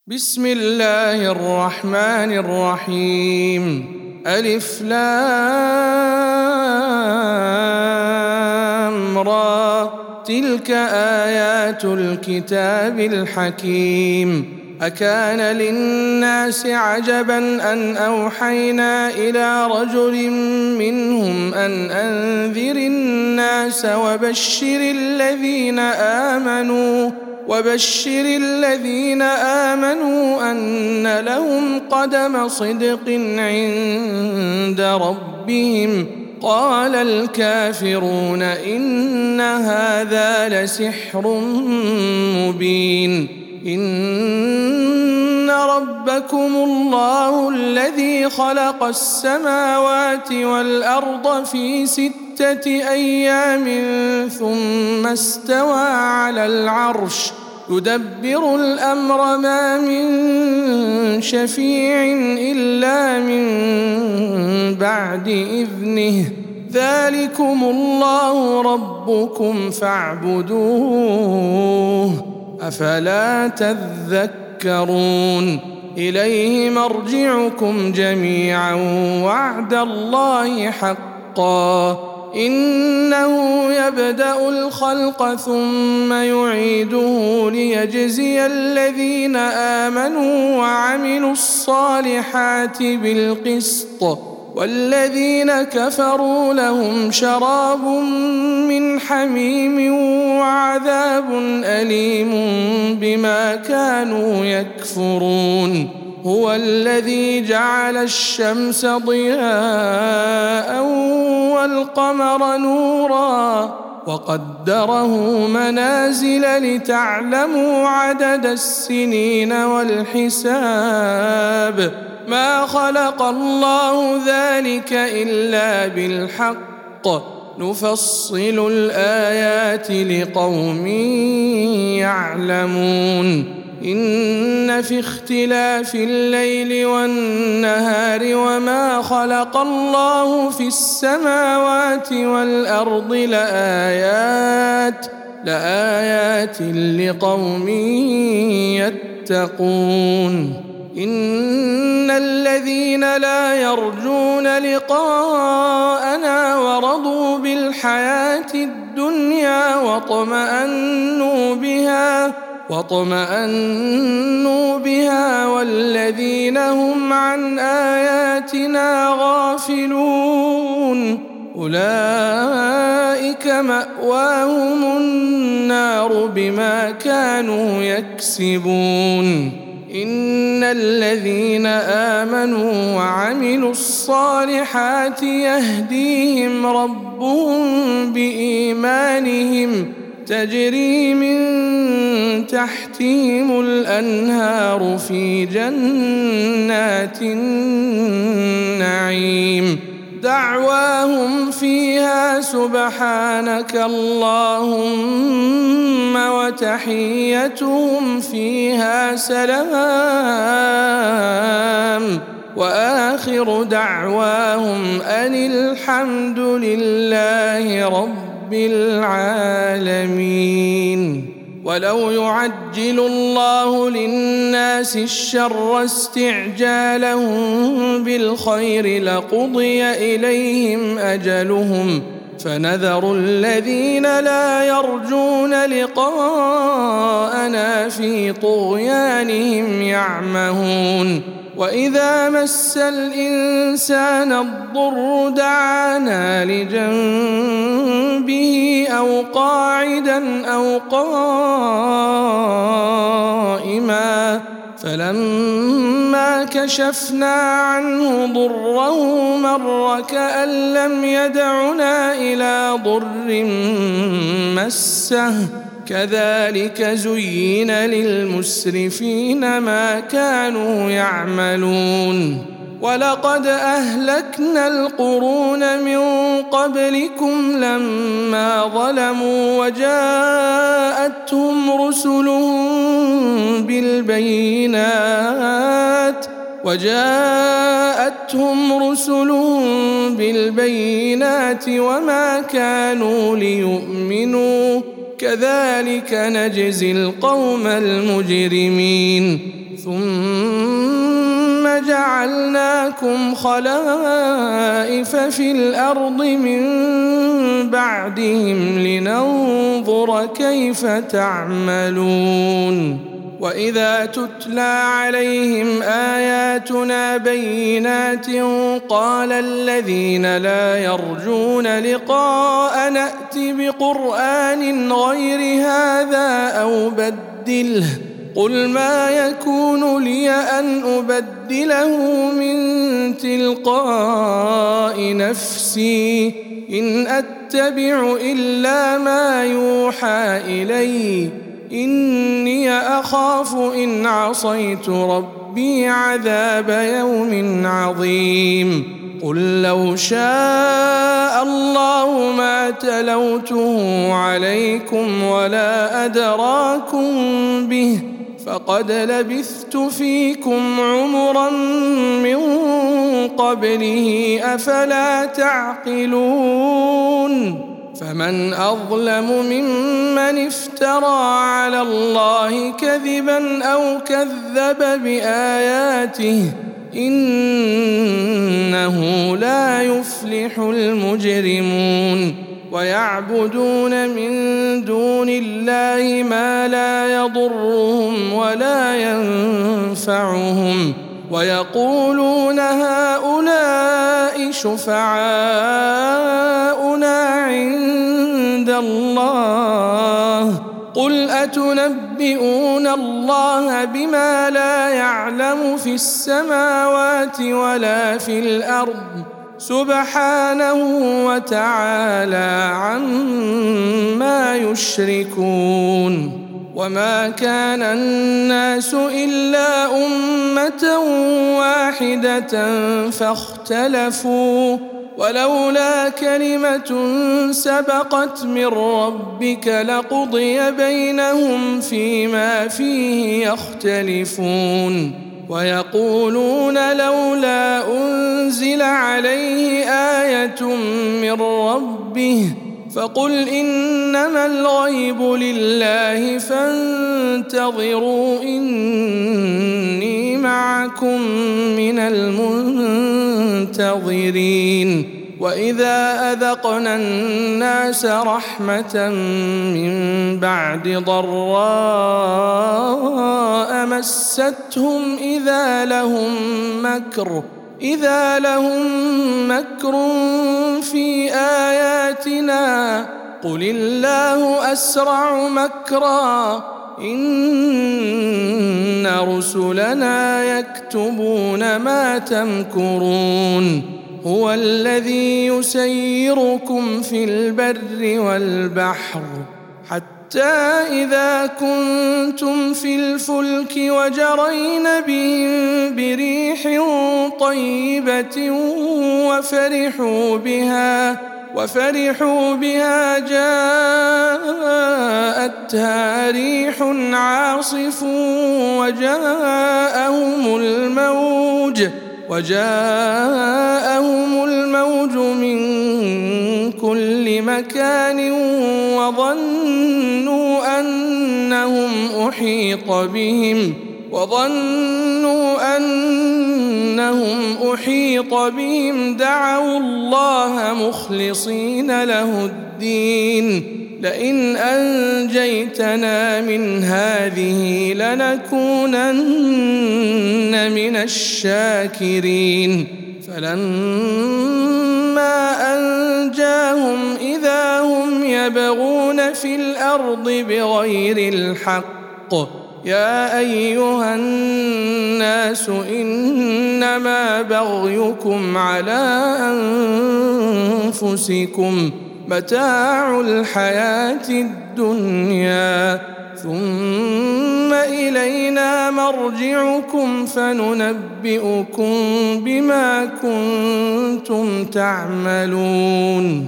بسم الله الرحمن الرحيم. ألف لام را، تلك آيات الكتاب الحكيم. أكان للناس عجبا أن أوحينا إلى رجل منهم أن أنذر الناس وبشر الذين آمنوا أن لهم قدم صدق عند ربهم. قال الكافرون إن هذا لسحر مبين. إن ربكم الله الذي خلق السماوات والأرض في 6 أيام ثم استوى على العرش يدبر الأمر، ما من شفيع إلا من بعد إذنه. ذلكم الله ربكم فاعبدوه، أفلا تذكرون. إليه مرجعكم جميعا وعد الله حقا، إنه يبدأ الخلق ثم يعيده ليجزي الذين آمنوا وعملوا الصالحات بالقسط، والذين كفروا لهم شراب من حميم وعذاب أليم بما كانوا يكفرون. هو الذي جعل الشمس ضياء والقمر نورا وقدره منازل لتعلموا عدد السنين والحساب. ما خلق الله ذلك إلا بالحق، نفصل الآيات لقوم يعلمون. إن في اختلاف الليل والنهار وما خلق الله في السماوات والأرض لآيات لقوم يتقون. إن الذين لا يرجون لقاءنا ورضوا بالحياة الدنيا واطمأنوا بها والذين هم عن آياتنا غافلون، أولئك مأواهم النار بما كانوا يكسبون. إن الذين آمنوا وعملوا الصالحات يهديهم ربهم بإيمانهم، تجري من تحتهم الأنهار في جنات النعيم. دعواهم فيها سبحانك اللهم وتحيتهم فيها سلام، وآخر دعواهم أن الحمد لله رب العالمين. ولو يعجل الله للناس الشر استعجالهم بالخير لقضي إليهم أجلهم، فنذر الذين لا يرجون لقاءنا في طغيانهم يعمهون. وإذا مس الإنسان الضر دعانا لجنبه أو قاعدا أو قائما، فلما كشفنا عنه ضره مر كأن لم يدعنا إلى ضر مسه. كذلك زين للمسرفين ما كانوا يعملون. ولقد أهلكنا القرون من قبلكم لما ظلموا وجاءتهم رسلهم بالبينات وما كانوا ليؤمنوا، كذلك نجزي القوم المجرمين. ثم جعلناكم خلائف في الأرض من بعدهم لننظر كيف تعملون وإذا تتلى عليهم آياتنا بينات قال الذين لا يرجون لقاء نأت بقرآن غير هذا أو بدله قل ما يكون لي أن أبدله من تلقاء نفسي إن أتبع إلا ما يوحى إلي إني أخاف إن عصيت ربي عذاب يوم عظيم قل لو شاء الله ما تلوته عليكم ولا أدراكم به فقد لبثت فيكم عمرا من قبله أفلا تعقلون فمن أظلم ممن افترى على الله كذبا أو كذب بآياته إنه لا يفلح المجرمون ويعبدون من دون الله ما لا يضرهم ولا ينفعهم ويقولون هؤلاء شفعاؤنا عند الله قل أتنبئون الله بما لا يعلم في السماوات ولا في الأرض سبحانه وتعالى عما يشركون وما كان الناس إلا أمة واحدة فاختلفوا ولولا كلمة سبقت من ربك لقضي بينهم فيما فيه يختلفون ويقولون لولا أنزل عليه آية من ربه فقل إنما الغيب لله فانتظروا إني معكم من المنتظرين وإذا أذقنا الناس رحمة من بعد ضراء مستهم إذا لهم مكر في آياتنا قل الله أسرع مكرا إن رسلنا يكتبون ما تمكرون هو الذي يسيركم في البر والبحر حتى إذا كنتم في الفلك وجرين بهم بريح طيبة وفرحوا بها جاءتها ريح عاصف وجاءهم الموج من كل مكان وظنوا أنهم أحيط بهم دعوا الله مخلصين له الدين لئن أنجيتنا من هذه لنكونن من الشاكرين فلما أنجاهم إذا هم يبغون في الأرض بغير الحق يا أيها الناس إنما بغيكم على أنفسكم متاع الحياة الدنيا ثم إلينا مرجعكم فننبئكم بما كنتم تعملون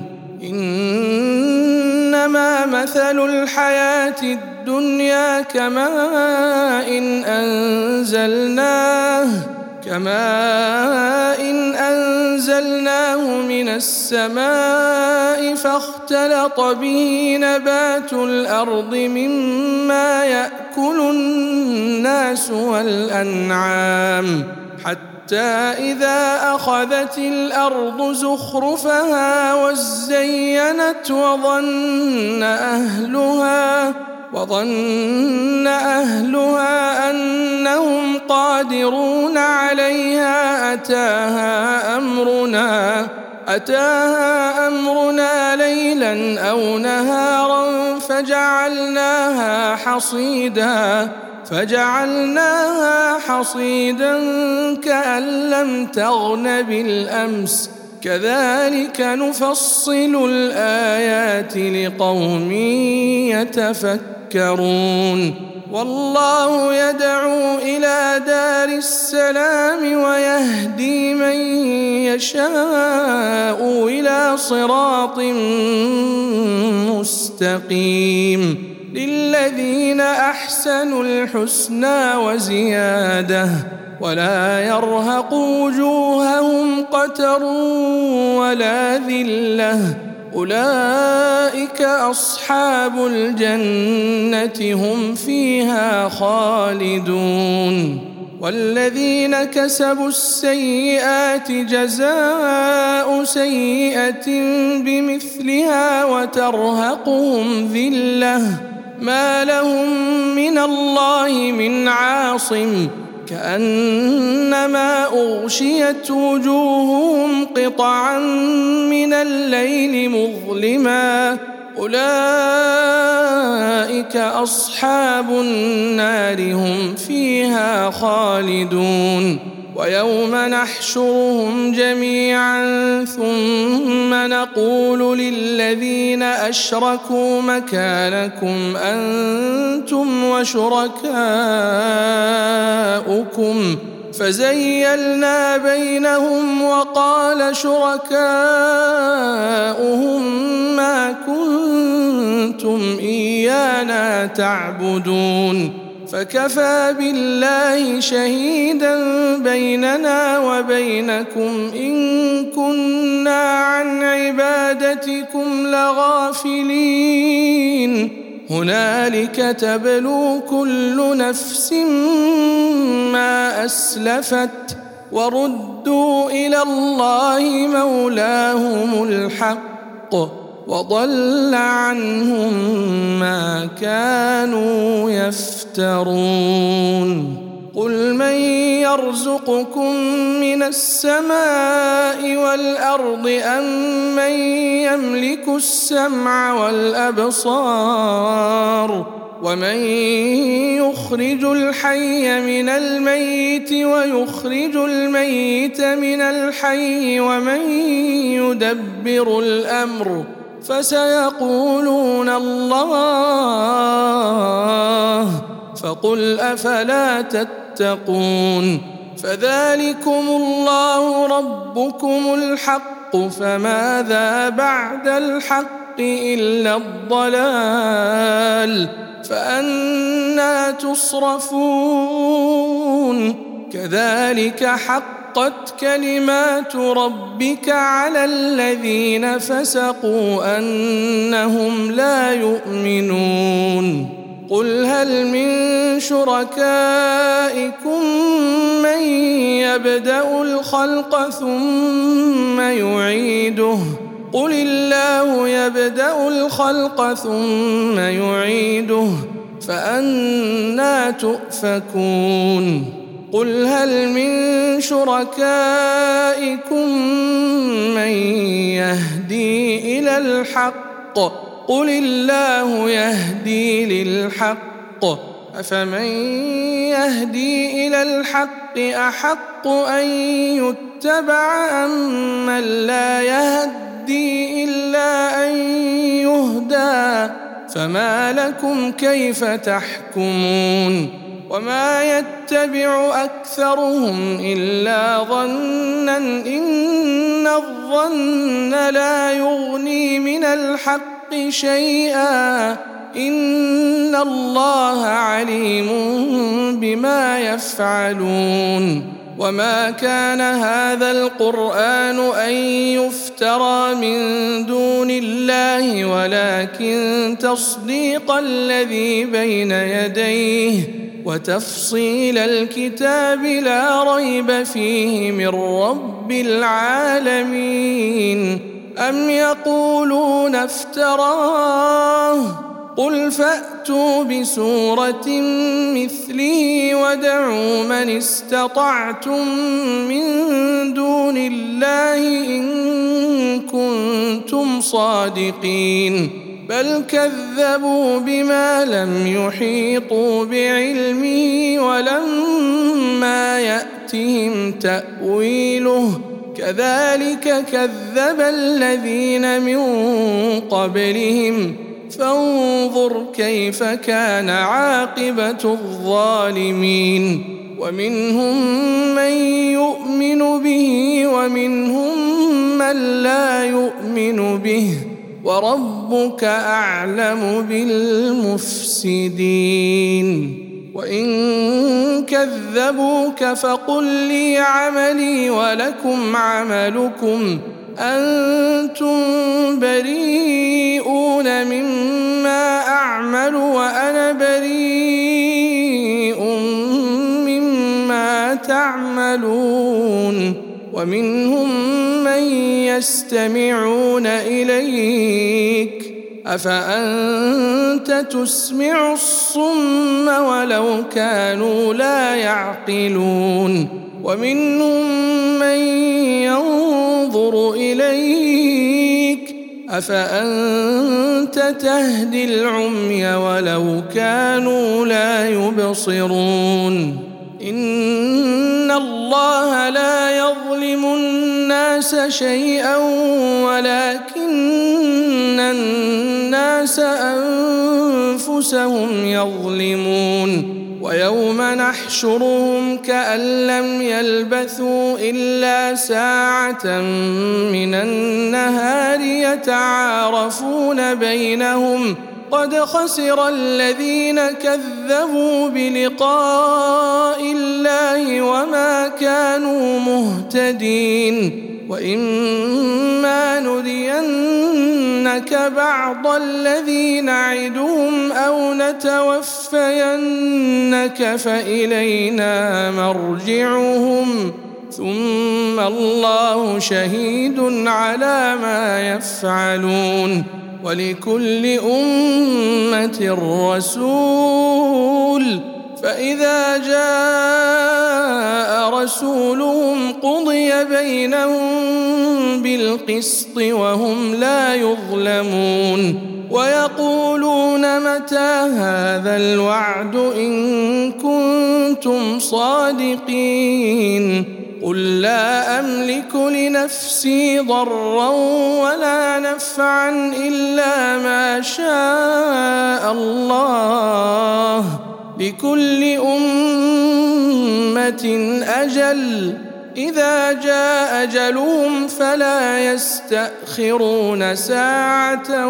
إنما مثل الحياة الدنيا كماء إن أنزلناه من السماء فاختلط به نبات الأرض مما يأكل الناس والأنعام حتى إذا أخذت الأرض زخرفها وزينت وظن أهلها أنهم قادرون عليها أتاها أمرنا ليلا أو نهارا فجعلناها حصيدا كأن لم تغن بالأمس كذلك نفصل الآيات لقوم يتفكرون والله يدعو إلى دار السلام ويهدي من يشاء إلى صراط مستقيم للذين أحسنوا الحسنى وزيادة ولا يرهق وجوههم قتر ولا ذلة أولئك أصحاب الجنة هم فيها خالدون والذين كسبوا السيئات جزاء سيئة بمثلها وترهقهم ذلة ما لهم من الله من عاصم كأنما أغشيت وجوههم قطعا من الليل مظلما أولئك أصحاب النار هم فيها خالدون ويوم نحشرهم جميعا ثم نقول للذين أشركوا مكانكم أنتم وشركاؤكم فزيلنا بينهم وقال شركاؤهم ما كنتم إيانا تعبدون فكفى بالله شهيدا بيننا وبينكم إن كنا عن عبادتكم لغافلين هنالك تبلو كل نفس ما أسلفت وردوا إلى الله مولاهم الحق وضل عنهم ما كانوا يفترون قل من يرزقكم من السماء والأرض أم من يملك السمع والأبصار ومن يخرج الحي من الميت ويخرج الميت من الحي ومن يدبر الأمر فسيقولون الله فقل أفلا تتقون فذلكم الله ربكم الحق فماذا بعد الحق إلا الضلال فأنى تصرفون كذلك حقت كلمات ربك على الذين فسقوا أنهم لا يؤمنون قل هل من شركائكم من يبدأ الخلق ثم يعيده قل الله يبدأ الخلق ثم يعيده فأنى تؤفكون قل هل من شركائكم من يهدي إلى الحق قل الله يهدي للحق أفمن يهدي إلى الحق أحق أن يتبع أم من لا يهدي إلا أن يهدى فما لكم كيف تحكمون وما يتبع أكثرهم إلا ظنا إن الظن لا يغني من الحق شيئا إن الله عليم بما يفعلون وما كان هذا القرآن أن يفترى من دون الله ولكن تصديق الذي بين يديه وتفصيل الكتاب لا ريب فيه من رب العالمين. أم يقولون افتراه قل فأتوا بسورة مثله وادعوا من استطعتم من دون الله إن كنتم صادقين بل كذبوا بما لم يحيطوا بعلمه ولما يأتهم تأويله كذلك كذب الذين من قبلهم فانظر كيف كان عاقبة الظالمين. ومنهم من يؤمن به ومنهم من لا يؤمن به وربك أعلم بالمفسدين. وإن كذبوك فقل لي عملي ولكم عملكم أنتم بريئون مما أعمل وأنا بريء مما تعملون. ومنهم من يستمعون إليك أفأنت تسمع الصم ولو كانوا لا يعقلون. ومنهم من ينظر إليك أفأنت تهدي العمي ولو كانوا لا يبصرون. إن الله لا يظلم الناس شيئا ولكن الناس أنفسهم يظلمون. ويوم نحشرهم كأن لم يلبثوا إلا ساعة من النهار يتعارفون بينهم قد خسر الذين كذبوا بلقاء الله وما كانوا مهتدين. وإما نرينك بعض الذي نعدهم أو نتوفينك فإلينا مرجعهم ثم الله شهيد على ما يفعلون. ولكل أمة رسول فإذا جاء رسولهم قضي بينهم بالقسط وهم لا يظلمون. ويقولون متى هذا الوعد إن كنتم صادقين قل لا أملك لنفسي ضرا ولا نفعا إلا ما شاء الله لكل أمة أجل إذا جاء أجلهم فلا يستأخرون ساعة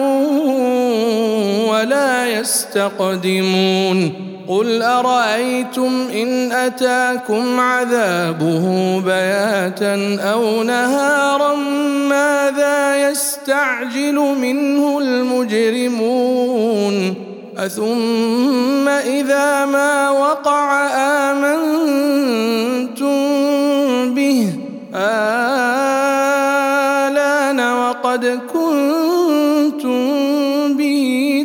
ولا يستقدمون. قل أرأيتم إن أتاكم عذابه بياتا أو نهارا ماذا يستعجل منه المجرمون أثم إذا ما وقع آمنتم به آلان وقد كنتم به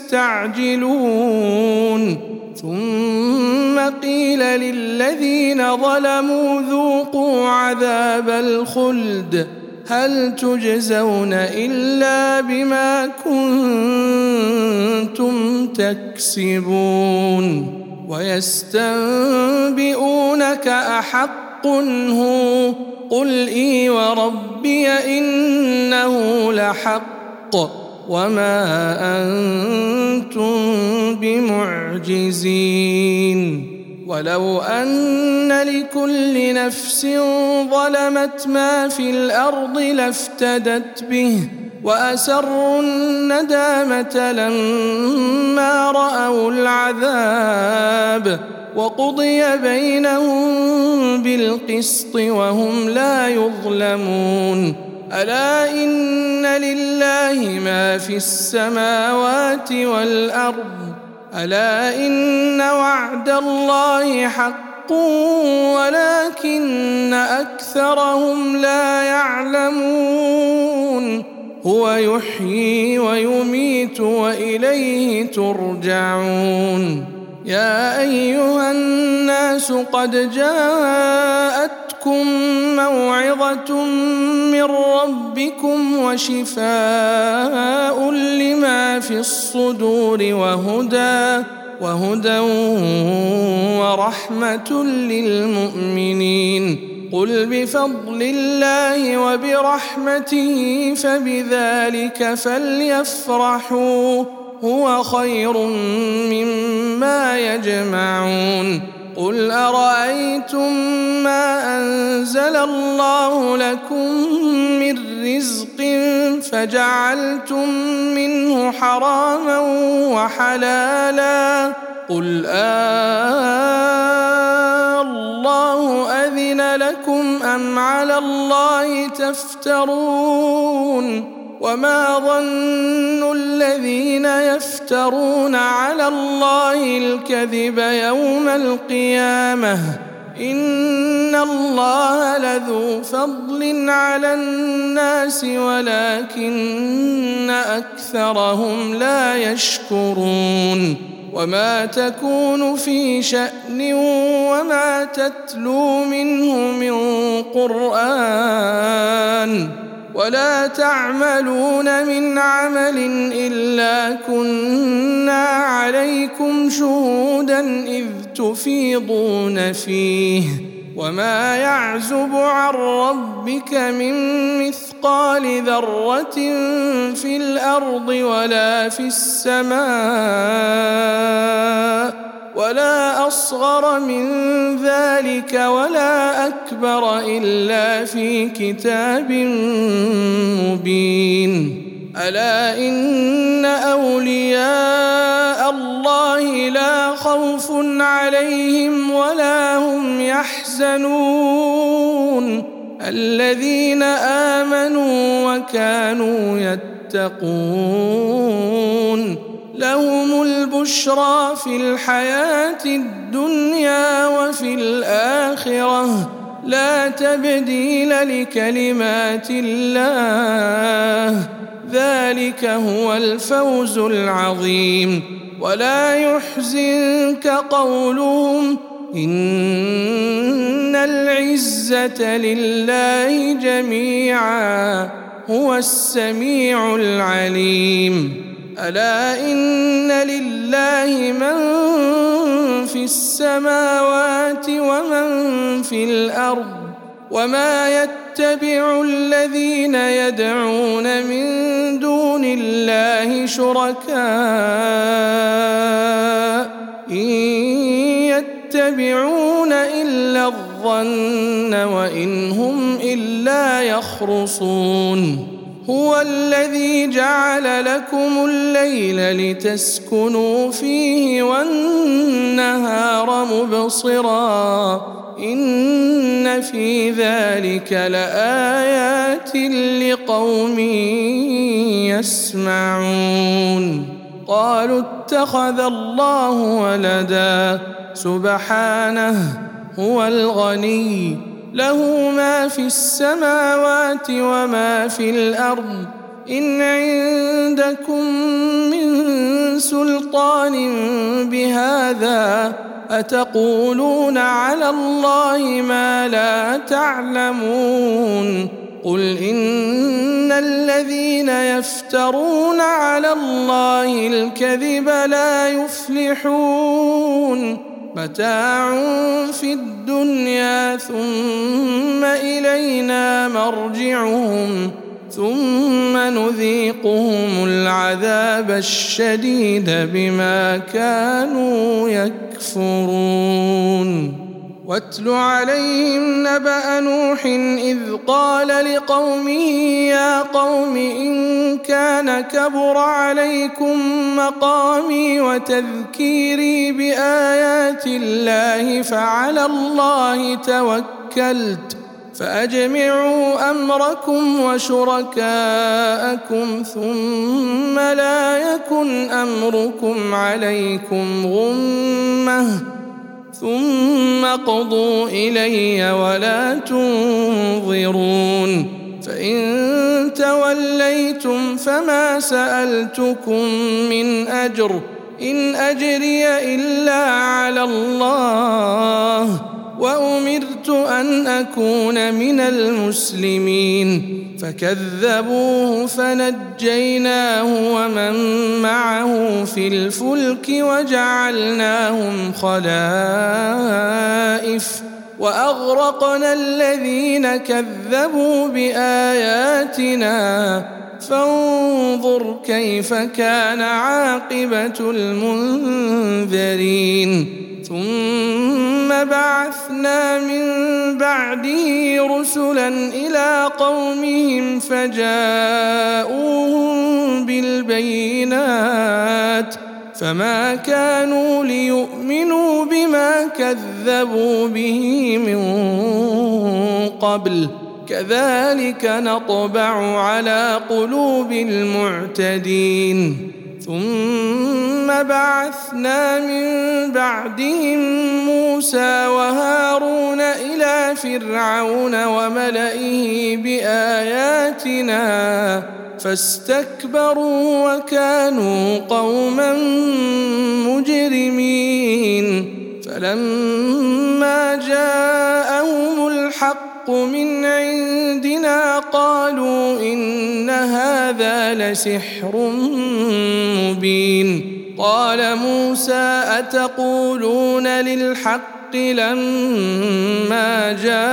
تستعجلون ثم قيل للذين ظلموا ذوقوا عذاب الخلد هل تجزون إلا بما كنتم تكسبون. ويستنبئونك أحق هو قل إي وربي إنه لحق وما أنتم بمعجزين. ولو أن لكل نفس ظلمت ما في الأرض لافتدت به وأسروا الندامة لما رأوا العذاب وقضي بينهم بالقسط وهم لا يظلمون ألا إن لله ما في السماوات والأرض ألا إن وعد الله حق ولكن أكثرهم لا يعلمون هو يحيي ويميت وإليه ترجعون يا أيها الناس قد جاءتكم موعظة من ربكم وشفاء لما في الصدور وهدى ورحمة للمؤمنين قل بفضل الله وبرحمته فبذلك فليفرحوا هو خير مما يجمعون قل أرأيتم ما أنزل الله لكم من رزق فجعلتم منه حراما وحلالا قل الله أذن لكم أم على الله تفترون وما ظن الذين يفترون على الله الكذب يوم القيامة إن الله لذو فضل على الناس ولكن أكثرهم لا يشكرون وما تكون في شأن وما تتلو منه من قرآن ولا تعملون من عمل إلا كنا عليكم شهودا إذ تفيضون فيه وما يعزب عن ربك من مثقال ذرة في الأرض ولا في السماء ولا أصغر من ذلك ولا أكبر إلا في كتاب مبين ألا إن أولياء الله لا خوف عليهم ولا هم يحزنون الذين آمنوا وكانوا يتقون لهم البشرى في الحياة الدنيا وفي الآخرة لا تبديل لكلمات الله ذلك هو الفوز العظيم ولا يحزنك قولهم إن العزة لله جميعا هو السميع العليم ألا إن لله من في السماوات ومن في الأرض وما يتبع الذين يدعون من دون الله شركاء إن يتبعون إلا الظن وإن هم إلا يخرصون هو الذي جعل لكم الليل لتسكنوا فيه والنهار مبصرا إن في ذلك لآيات لقوم يسمعون قالوا اتخذ الله ولدا سبحانه هو الغني له ما في السماوات وما في الأرض إن عندكم من سلطان بهذا أتقولون على الله ما لا تعلمون قل إن الذين يفترون على الله الكذب لا يفلحون متاع في الدنيا ثم إلينا مرجعهم ثم نذيقهم العذاب الشديد بما كانوا يكفرون واتل عليهم نبأ نوح إذ قال لقومه يا قوم إن كان كبر عليكم مقامي وتذكيري بآيات الله فعلى الله توكلت فأجمعوا أمركم وشركاءكم ثم لا يكن أمركم عليكم غمة ثم قضوا إلي ولا تنظرون فإن توليتم فما سألتكم من أجر إن أجري إلا على الله وأمرت أن أكون من المسلمين فكذبوه فنجيناه ومن معه في الفلك وجعلناهم خلائف وأغرقنا الذين كذبوا بآياتنا فانظر كيف كان عاقبة المنذرين ثم بعثنا من بعده رسلا إلى قومهم فجاءوهم بالبينات فما كانوا ليؤمنوا بما كذبوا به من قبل كذلك نطبع على قلوب المعتدين ثم بعثنا من بعدهم موسى وهارون إلى فرعون وملئه بآياتنا فاستكبروا وكانوا قوما مجرمين فلما جاءهم الحق من عندنا قالوا إن هذا لسحر مبين قال موسى أتقولون للحق لما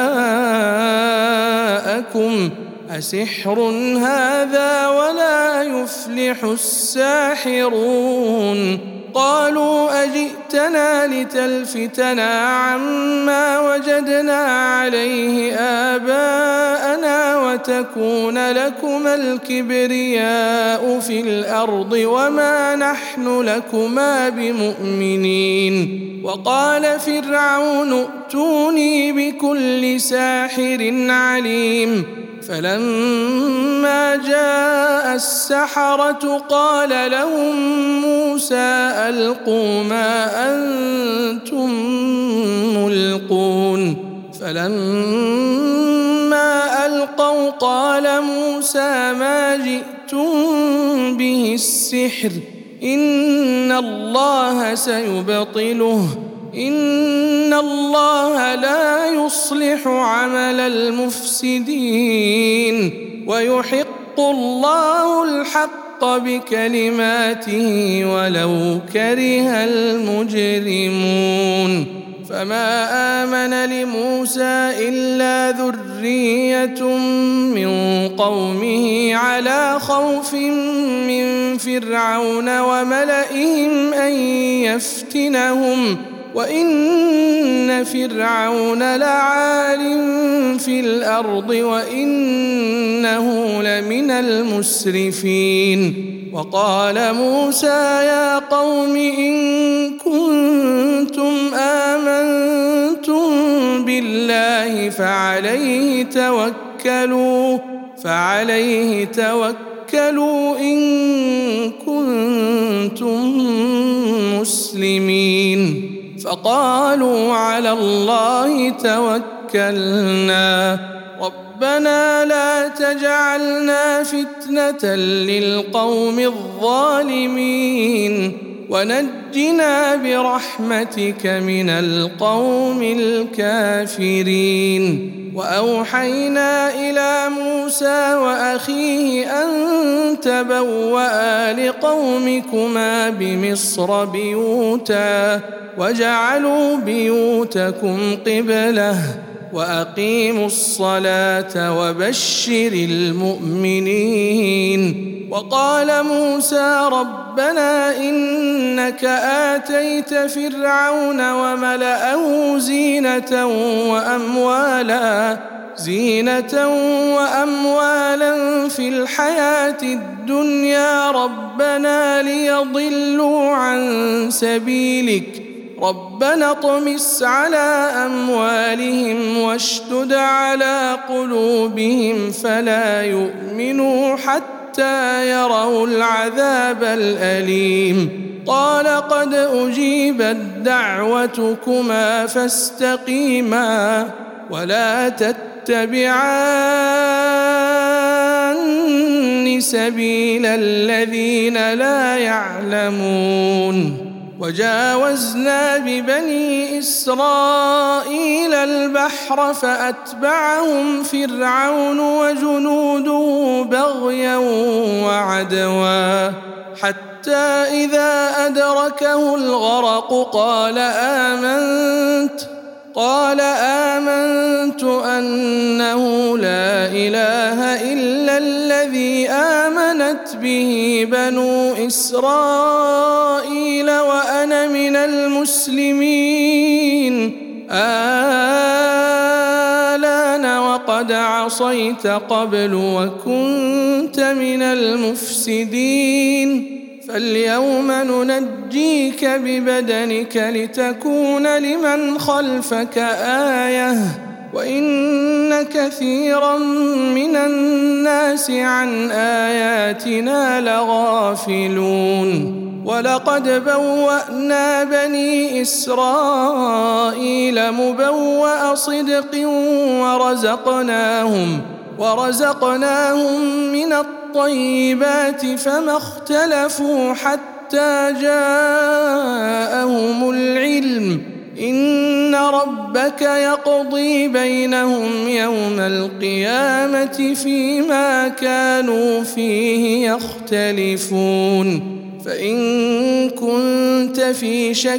جاءكم أسحر هذا ولا يفلح الساحرون قالوا أجئتنا لتلفتنا عما وجدنا عليه آباءنا وتكون لكما الكبرياء في الأرض وما نحن لكما بمؤمنين وقال فرعون ائتوني بكل ساحر عليم فلما جاء السحرة قال لهم موسى ألقوا ما أنتم ملقون فلما ألقوا قال موسى ما جئتم به السحر إن الله سيبطله إن الله لا يصلح عمل المفسدين ويحق الله الحق بكلماته ولو كره المجرمون فما آمن لموسى إلا ذرية من قومه على خوف من فرعون وملئهم أن يفتنهم وإن فرعون لعال في الأرض وإنه لمن المسرفين وقال موسى يا قوم إن كنتم آمنتم بالله فعليه توكلوا إن كنتم مسلمين فقالوا على الله توكلنا ربنا لا تجعلنا فتنة للقوم الظالمين ونجنا برحمتك من القوم الكافرين وأوحينا إلى موسى وأخيه أن تبوأ لقومكما بمصر بيوتا واجعلوا بيوتكم قبلة وأقيموا الصلاة وبشر المؤمنين. وقال موسى ربنا إنك آتيت فرعون وملأه زينة وأموالا في الحياة الدنيا ربنا ليضلوا عن سبيلك ربنا اطمس على أموالهم واشدد على قلوبهم فلا يؤمنوا حتى يروا العذاب الأليم. قال قد أجيبت دعوتكما فاستقيما ولا تتبعان سبيل الذين لا يعلمون. وجاوزنا ببني إسرائيل البحر فأتبعهم فرعون وجنوده بغيا وعدوا حتى إذا أدركه الغرق قال آمنت أنه لا إله إلا الذي آمنت به بنو إسرائيل وأنا من المسلمين. آلان وقد عصيت قبل وكنت من المفسدين فاليوم ننجيك ببدنك لتكون لمن خلفك آية وإن كثيرا من الناس عن آياتنا لغافلون. ولقد بوأنا بني إسرائيل مبوأ صدق ورزقناهم من الطيبات فما اختلفوا حتى جاءهم العلم إن ربك يقضي بينهم يوم القيامة فيما كانوا فيه يختلفون. فإن كنت في شك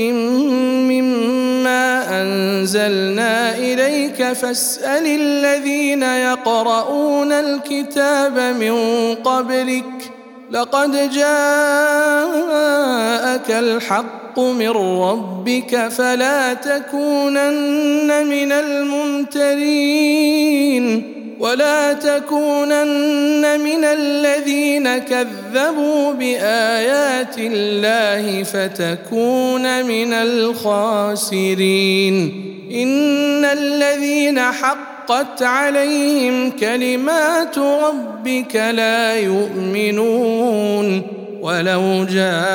مما أنزلنا إليك فاسأل الذين يقرؤون الكتاب من قبلك لقد جاءك الحق من ربك فلا تكونن من الممترين ولا تكونن من الذين كذبوا بآيات الله فتكون من الخاسرين. إن الذين حقت عليهم كلمات ربك لا يؤمنون ولو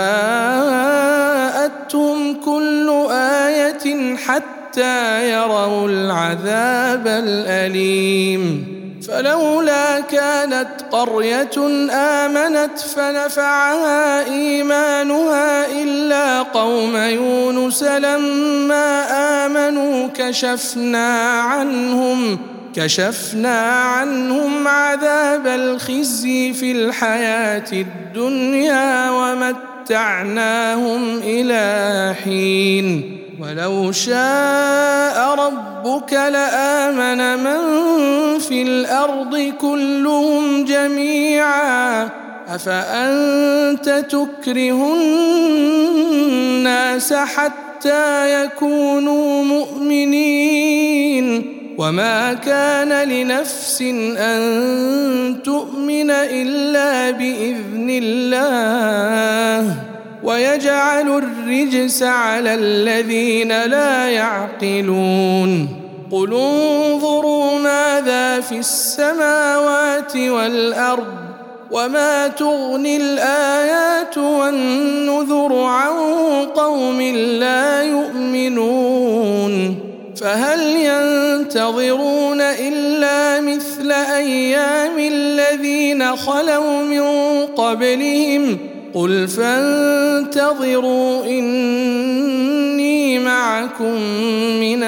جاءتهم كل آية حتى يروا العذاب الأليم. فلولا كانت قرية آمنت فنفعها إيمانها إلا قوم يونس لما آمنوا كشفنا عنهم عذاب الخزي في الحياة الدنيا ومتعناهم إلى حين. ولو شاء ربك لآمن من في الأرض كلهم جميعا أفأنت تكره الناس حتى يكونوا مؤمنين وما كان لنفس أن تؤمن إلا بإذن الله ويجعل الرجس على الذين لا يعقلون. قل انظروا ماذا في السماوات والأرض وما تغني الآيات والنذر عن قوم لا يؤمنون. فهل ينتظرون إلا مثل أيام الذين خلوا من قبلهم قل فانتظروا إني معكم من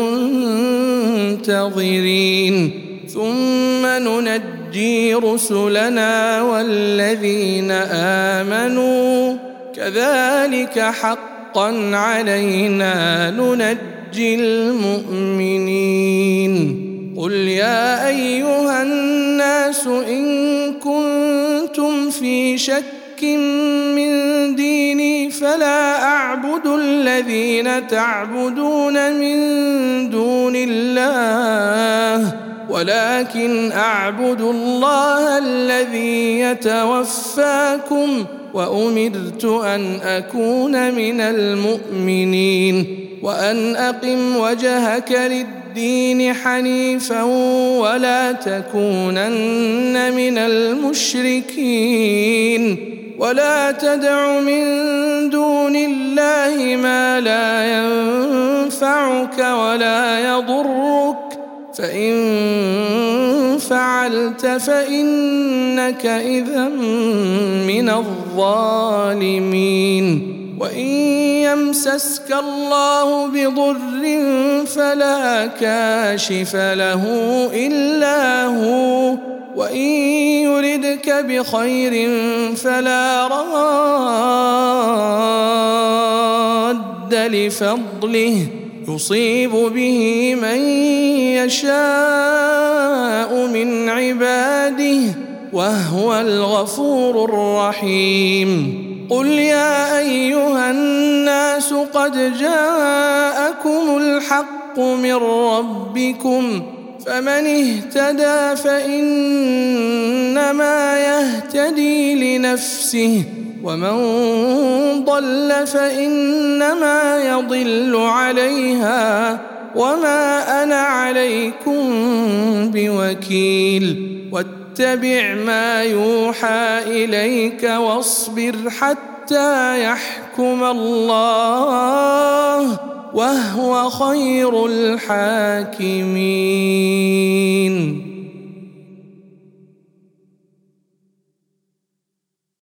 المنتظرين ثم ننجي رسلنا والذين آمنوا كذلك حقا علينا ننجي المؤمنين. قل يا أيها الناس إن كنتم في شك من ديني فلا أعبد الذين تعبدون من دون الله ولكن أعبد الله الذي يتوفاكم وأمرت أن أكون من المؤمنين وأن أقم وجهك للدين حنيفا ولا تكونن من المشركين ولا تدع من دون الله ما لا ينفعك ولا يضرك فإن فعلت فإنك إذا من الظالمين وإن يمسسك الله بضر فلا كاشف له إلا هو وإن يردك بخير فلا راد لفضله يصيب به من يشاء من عباده وهو الغفور الرحيم قل يا أيها الناس قد جاءكم الحق من ربكم فمن اهتدى فإنما يهتدي لنفسه ومن ضل فإنما يضل عليها وما أنا عليكم بوكيل واتبع ما يوحى إليك واصبر حتى يحكم الله وهو خير الحاكمين.